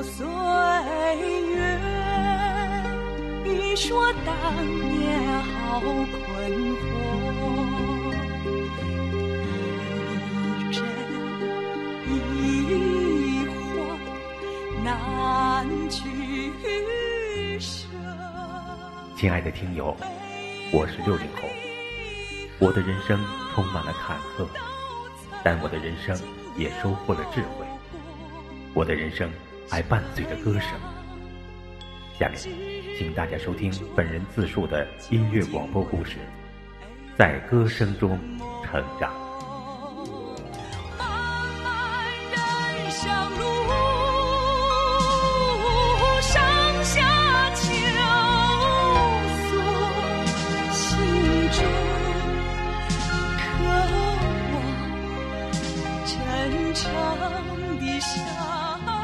岁月，一说当年好困惑，一真一幻难取舍。 亲爱的听友，我是60后，我的人生充满了坎坷，但我的人生也收获了智慧，我的人生还伴随着歌声。下面请大家收听本人自述的音乐广播故事，在歌声中成长。 漫漫人生路，上下求索，心中渴望真诚的生活。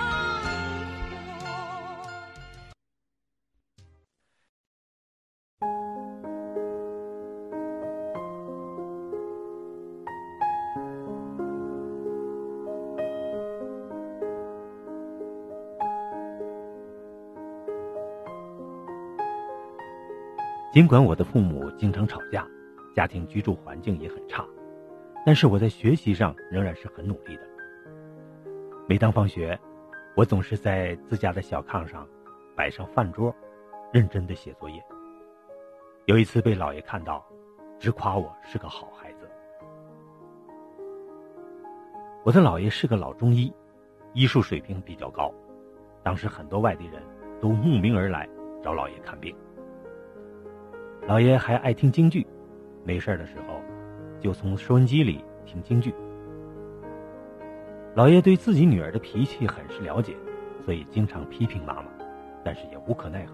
尽管我的父母经常吵架，家庭居住环境也很差，但是我在学习上仍然是很努力的。每当放学，我总是在自家的小炕上摆上饭桌，认真地写作业。有一次被姥爷看到，直夸我是个好孩子。我的姥爷是个老中医，医术水平比较高，当时很多外地人都慕名而来找姥爷看病。姥爷还爱听京剧，没事的时候就从收音机里听京剧。姥爷对自己女儿的脾气很是了解，所以经常批评妈妈，但是也无可奈何。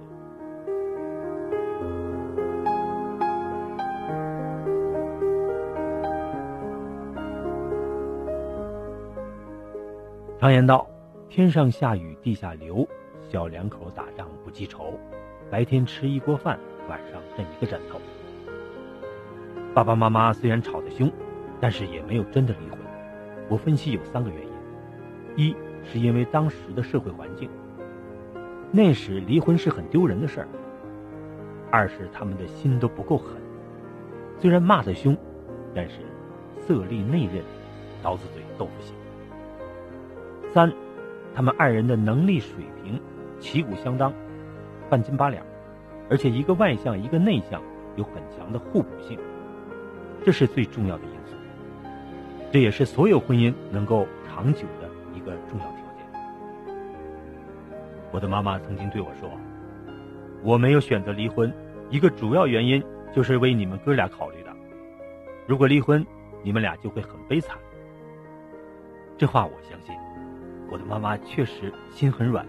常言道，天上下雨地下流，小两口打仗不记仇，白天吃一锅饭，晚上枕一个枕头。爸爸妈妈虽然吵得凶，但是也没有真的离婚。我分析有3个原因：一是因为当时的社会环境，那时离婚是很丢人的事儿；二是他们的心都不够狠，虽然骂得凶，但是色厉内荏，刀子嘴豆腐心；三，他们2人的能力水平旗鼓相当，半斤八两，而且一个外向一个内向，有很强的互补性，这是最重要的因素，这也是所有婚姻能够长久的一个重要条件。我的妈妈曾经对我说，我没有选择离婚，一个主要原因就是为你们哥俩考虑的，如果离婚，你们俩就会很悲惨。这话我相信，我的妈妈确实心很软，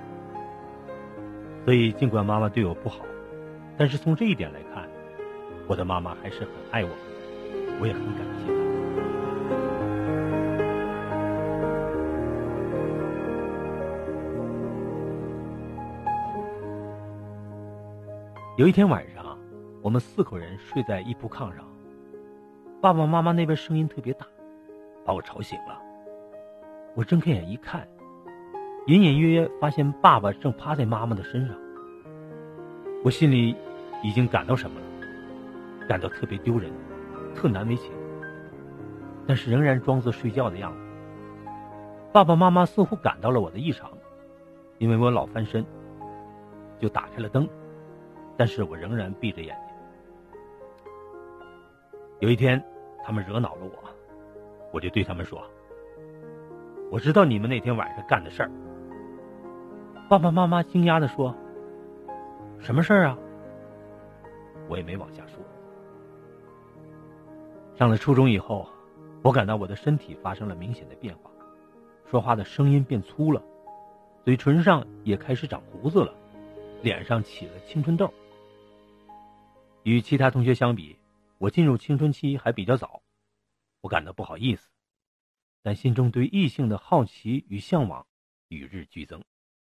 所以尽管妈妈对我不好，但是从这一点来看，我的妈妈还是很爱我，我也很感谢她。有一天晚上，我们4口人睡在一铺炕上，爸爸妈妈那边声音特别大，把我吵醒了。我睁开眼一看，隐隐约约发现爸爸正趴在妈妈的身上。我心里已经感到什么了，感到特别丢人，特难为情，但是仍然装作睡觉的样子。爸爸妈妈似乎感到了我的异常，因为我老翻身，就打开了灯，但是我仍然闭着眼睛。有一天他们惹恼了我，我就对他们说，我知道你们那天晚上干的事儿。爸爸妈妈惊讶地说，什么事儿啊？我也没往下说。上了初中以后，我感到我的身体发生了明显的变化，说话的声音变粗了，嘴唇上也开始长胡子了，脸上起了青春痘。与其他同学相比，我进入青春期还比较早，我感到不好意思，但心中对异性的好奇与向往与日俱增。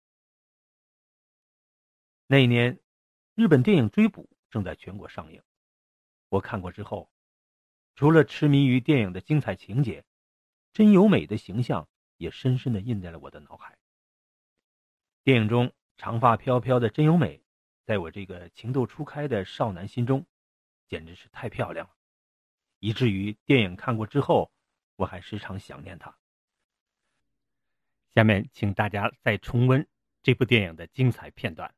那一年，日本电影《追捕》正在全国上映，我看过之后，除了痴迷于电影的精彩情节，真由美的形象也深深地印在了我的脑海。 电影中长发飘飘的真由美，在我这个情窦初开的少男心中简直是太漂亮了，以至于电影看过之后我还时常想念她。下面请大家再重温这部电影的精彩片段。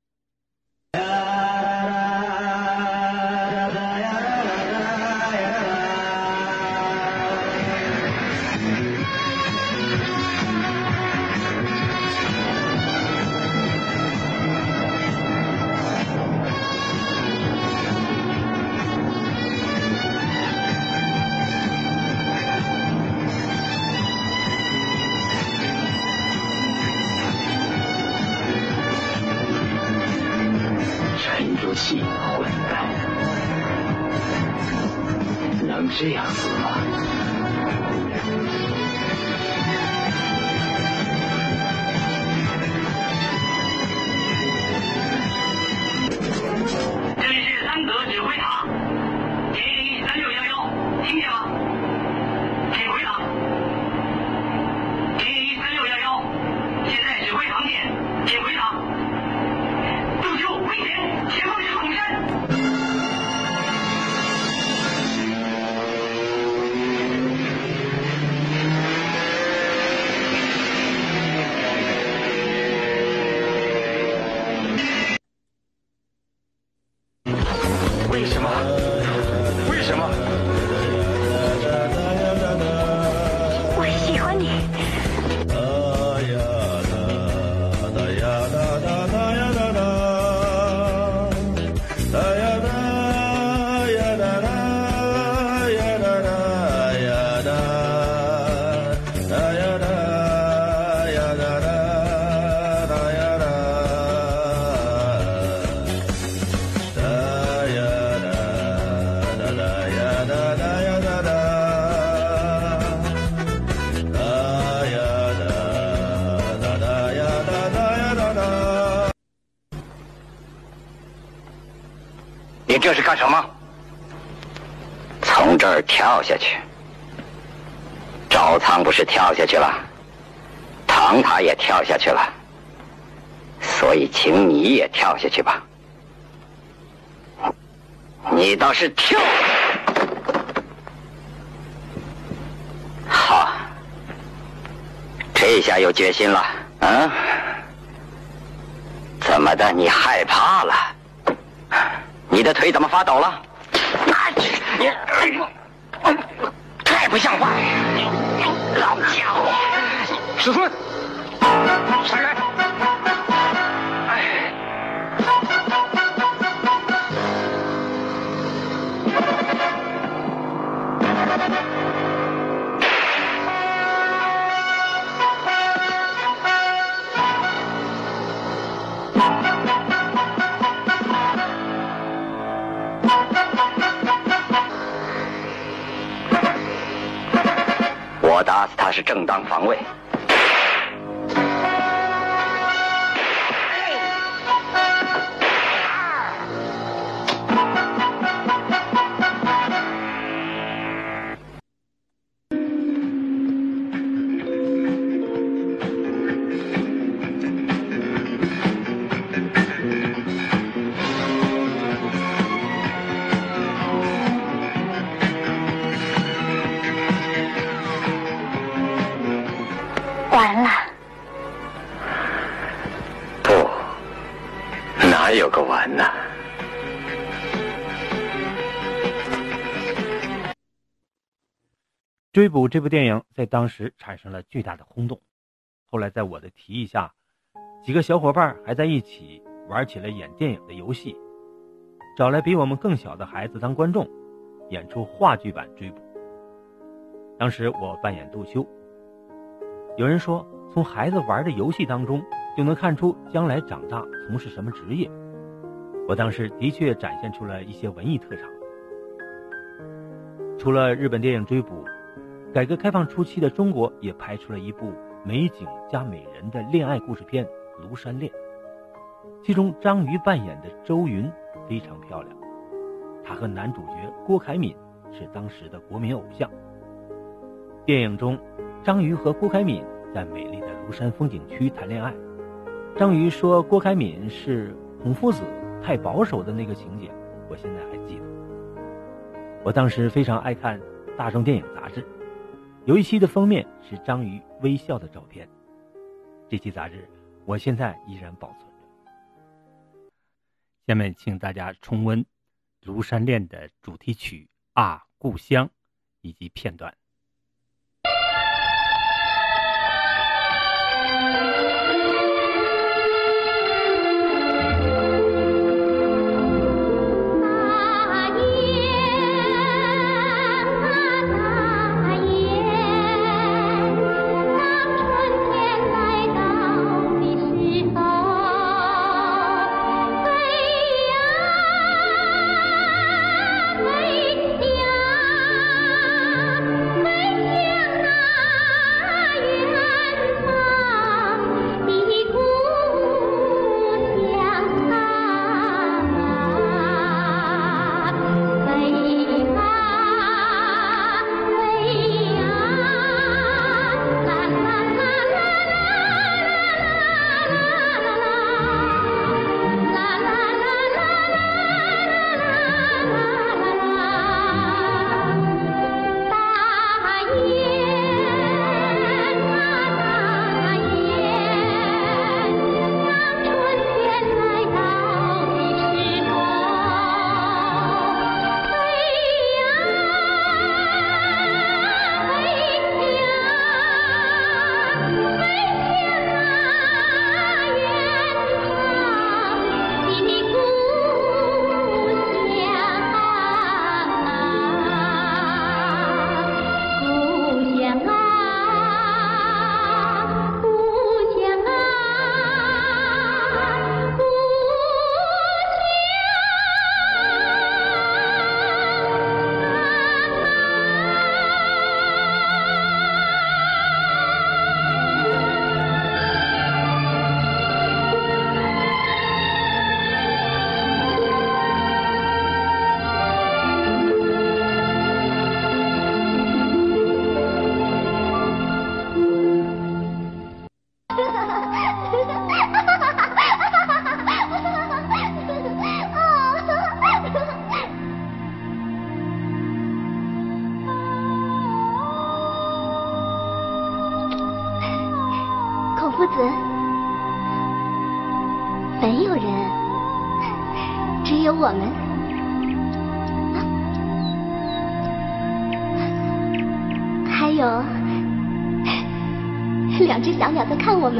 气混蛋，能这样子吗？ 这里是三德指挥塔，1103611，听见吗？请回答。1103611，现在指挥航点，请回答。杜秋危险，前方是孔山。 为什么？为什么？ 我喜欢你。 你这是干什么？从这儿跳下去。赵仓不是跳下去了，唐塔也跳下去了，所以请你也跳下去吧。你倒是跳！好，这下有决心了，嗯？怎么的？你害怕了？你的腿怎么发抖了？太不像话！老家伙，师孙，闪开！我打死他是正当防卫。 完了。 不，哪有个完呢？ 追捕这部电影在当时产生了巨大的轰动，后来在我的提议下，几个小伙伴还在一起玩起了演电影的游戏，找来比我们更小的孩子当观众，演出话剧版追捕。当时我扮演杜修。有人说，从孩子玩的游戏当中就能看出将来长大从事什么职业。我当时的确展现出了一些文艺特长。除了日本电影追捕，改革开放初期的中国也拍出了一部美景加美人的恋爱故事片《庐山恋》，其中张瑜扮演的周云非常漂亮，她和男主角郭凯敏是当时的国民偶像。电影中，张瑜和郭凯敏在美丽的庐山风景区谈恋爱， 章鱼说郭开敏是孔夫子太保守的那个情节，我现在还记得。我当时非常爱看大众电影杂志，有一期的封面是章鱼微笑的照片，这期杂志我现在依然保存着。下面请大家重温《庐山恋》的主题曲《啊，故乡》以及片段。 夫子，没有人，只有我们。还有2只小鸟在看我们。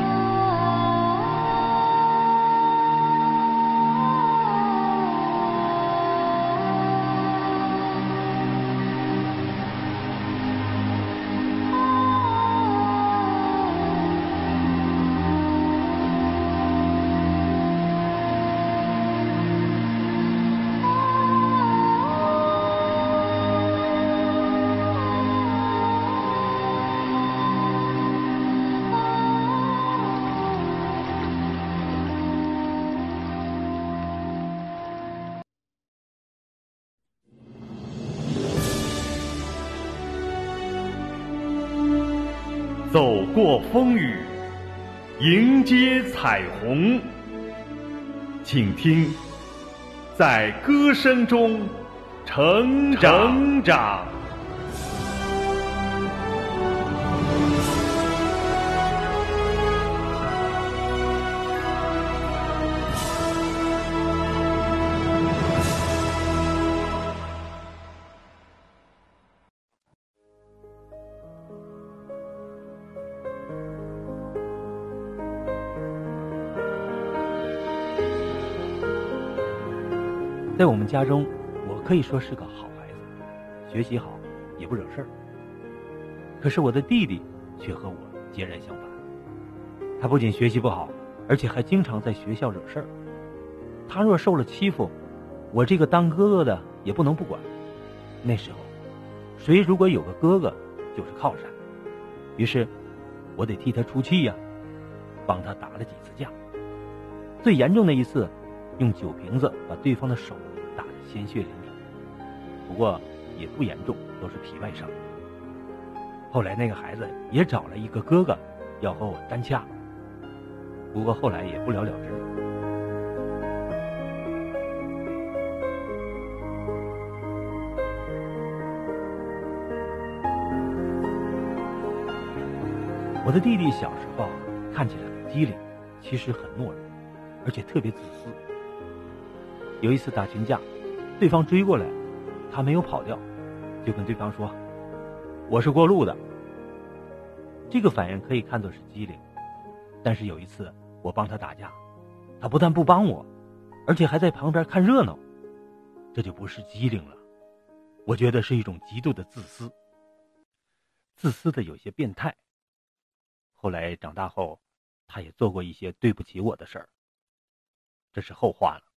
走过风雨，迎接彩虹。请听，在歌声中成长。 在我们家中，我可以说是个好孩子，学习好，也不惹事儿。可是我的弟弟却和我截然相反，他不仅学习不好，而且还经常在学校惹事儿。他若受了欺负，我这个当哥哥的也不能不管。那时候，谁如果有个哥哥，就是靠山。于是，我得替他出气呀，帮他打了几次架。最严重的一次，用酒瓶子把对方的手打得鲜血淋漓，不过也不严重，都是皮外伤。后来那个孩子也找了一个哥哥要和我单掐， 不过后来也不了了之。我的弟弟小时候看起来很机灵，其实很懦弱，而且特别自私。有一次打群架，对方追过来，他没有跑掉，就跟对方说：“我是过路的。”这个反应可以看作是机灵，但是有一次我帮他打架，他不但不帮我，而且还在旁边看热闹，这就不是机灵了，我觉得是一种极度的自私，自私的有些变态。后来长大后，他也做过一些对不起我的事儿，这是后话了。